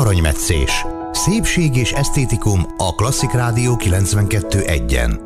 aranymetszés. Szépség és esztétikum a Klasszik Rádió 92.1-en.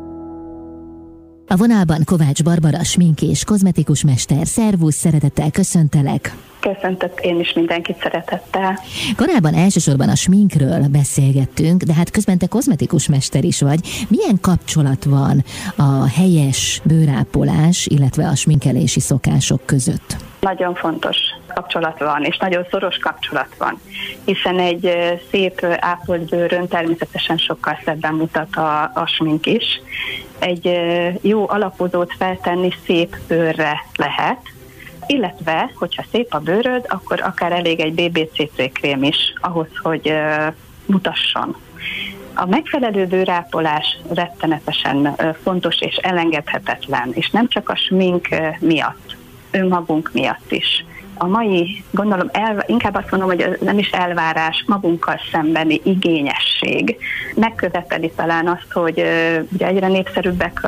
A vonalban Kovács Barbara, smink és kozmetikus mester. Szervusz, szeretettel köszöntelek! Köszöntök én is mindenkit szeretettel. Korábban elsősorban a sminkről beszélgettünk, de hát közben te kozmetikus mester is vagy. Milyen kapcsolat van a helyes bőrápolás, illetve a sminkelési szokások között? Nagyon fontos kapcsolat van, és nagyon szoros kapcsolat van, hiszen egy szép ápolt bőrön természetesen sokkal szebben mutat a smink is. Egy jó alapozót feltenni szép bőrre lehet, illetve, hogyha szép a bőröd, akkor akár elég egy BBCC krém is ahhoz, hogy mutasson. A megfelelő bőrápolás rettenetesen fontos és elengedhetetlen, és nem csak a smink miatt, önmagunk miatt is. A mai, gondolom, inkább azt mondom, hogy nem is elvárás, magunkkal szembeni igényesség megköveteli talán azt, hogy ugye egyre népszerűbbek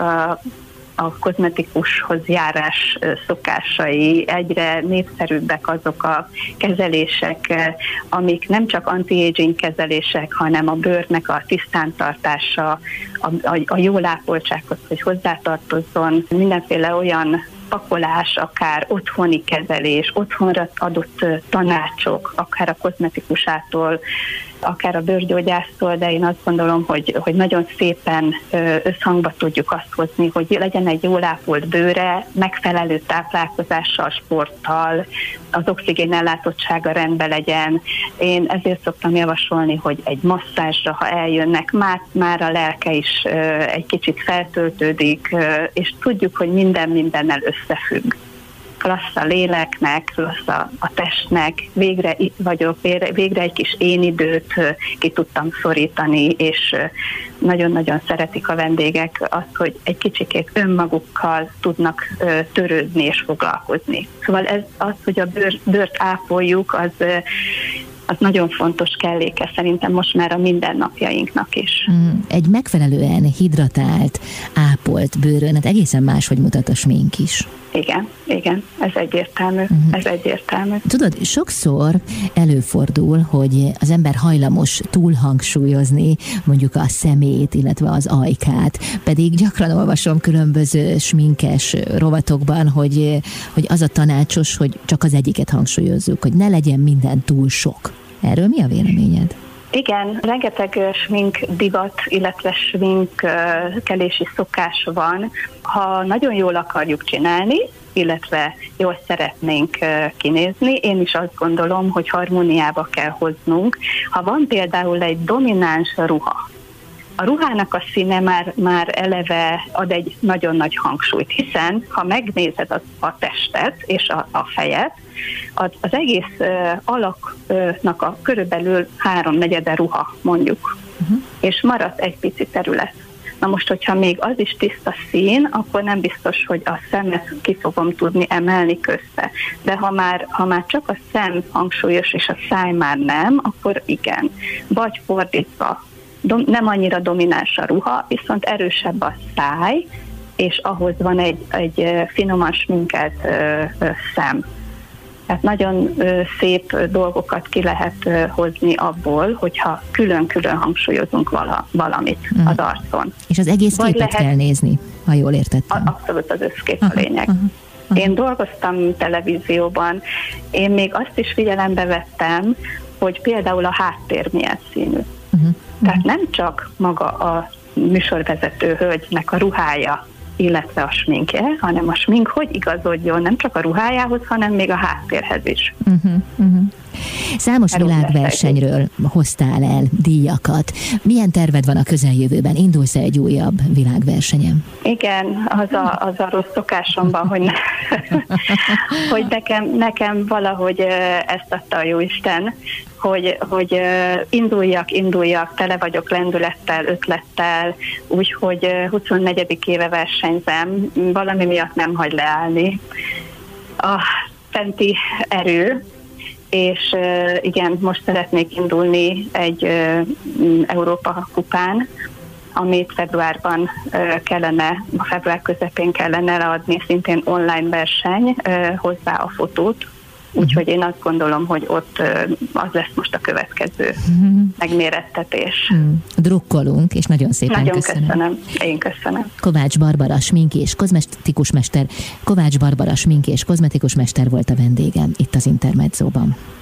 a kozmetikushoz járás szokásai, egyre népszerűbbek azok a kezelések, amik nem csak anti-aging kezelések, hanem a bőrnek a tisztántartása, a jól ápoltsághoz, hogy hozzátartozzon mindenféle olyan pakolás, akár otthoni kezelés, otthonra adott tanácsok, akár a kozmetikusától, akár a bőrgyógyásztól, de én azt gondolom, hogy nagyon szépen összhangba tudjuk azt hozni, hogy legyen egy jól ápolt bőre, megfelelő táplálkozással, sporttal, az oxigén ellátottsága rendben legyen. Én ezért szoktam javasolni, hogy egy masszázsra, ha eljönnek, már a lelke is egy kicsit feltöltődik, és tudjuk, hogy minden mindennel összefügg. Klassz a léleknek, klassz a testnek, végre itt vagyok, végre egy kis én időt ki tudtam szorítani, és nagyon-nagyon szeretik a vendégek azt, hogy egy kicsikét önmagukkal tudnak törődni és foglalkozni. Szóval ez az, hogy a bőrt ápoljuk, az nagyon fontos kelléke szerintem most már a mindennapjainknak is. Egy megfelelően hidratált, ápolt bőrön, hát egészen máshogy mutat a smink is. Igen, ez egyértelmű, ez egyértelmű. Tudod, sokszor előfordul, hogy az ember hajlamos túlhangsúlyozni mondjuk a szemét, illetve az ajkát, pedig gyakran olvasom különböző sminkes rovatokban, hogy az a tanácsos, hogy csak az egyiket hangsúlyozzuk, hogy ne legyen minden túl sok. Erről mi a véleményed? Igen, rengeteg smink divat, illetve sminkkelési szokás van. Ha nagyon jól akarjuk csinálni, illetve jól szeretnénk kinézni, én is azt gondolom, hogy harmóniába kell hoznunk. Ha van például egy domináns ruha, a ruhának a színe már eleve ad egy nagyon nagy hangsúlyt, hiszen ha megnézed a testet és a fejet, az egész alaknak a körülbelül 3/4 ruha, mondjuk, és maradt egy pici terület. Na most, hogyha még az is tiszta szín, akkor nem biztos, hogy a szemet ki fogom tudni emelni közte. De ha már csak a szem hangsúlyos, és a száj már nem, akkor igen. Vagy fordítva, nem annyira domináns a ruha, viszont erősebb a száj, és ahhoz van egy finoman sminkelt szem. Tehát nagyon szép dolgokat ki lehet hozni abból, hogyha külön-külön hangsúlyozunk valamit az arcon. És az egész képet kell nézni, ha jól értettem. Abszolút az összkép a lényeg. Én dolgoztam televízióban, én még azt is figyelembe vettem, hogy például a háttér milyen színű. Tehát nem csak maga a műsorvezető hölgynek a ruhája, illetve a sminkje, hanem a smink hogy igazodjon nem csak a ruhájához, hanem még a háttérhez is. Számos világversenyről hoztál el díjakat. Milyen terved van a közeljövőben? Indulsz egy újabb világversenyen? Igen, az a rossz szokásomban, hogy nekem valahogy ezt adta a Jóisten, hogy induljak, tele vagyok lendülettel, ötlettel, úgyhogy 24. éve versenyzem, valami miatt nem hagy leállni a fenti erő, és igen, most szeretnék indulni egy Európa kupán, amit februárban február közepén kellene leadni, szintén online verseny, hozzá a fotót, Úgyhogy én azt gondolom, hogy ott az lesz most a következő megmérettetés. Drukkolunk, és nagyon szépen nagyon köszönöm. Én köszönöm. Kovács Barbara sminki és kozmetikus mester volt a vendégem itt az Intermedzóban.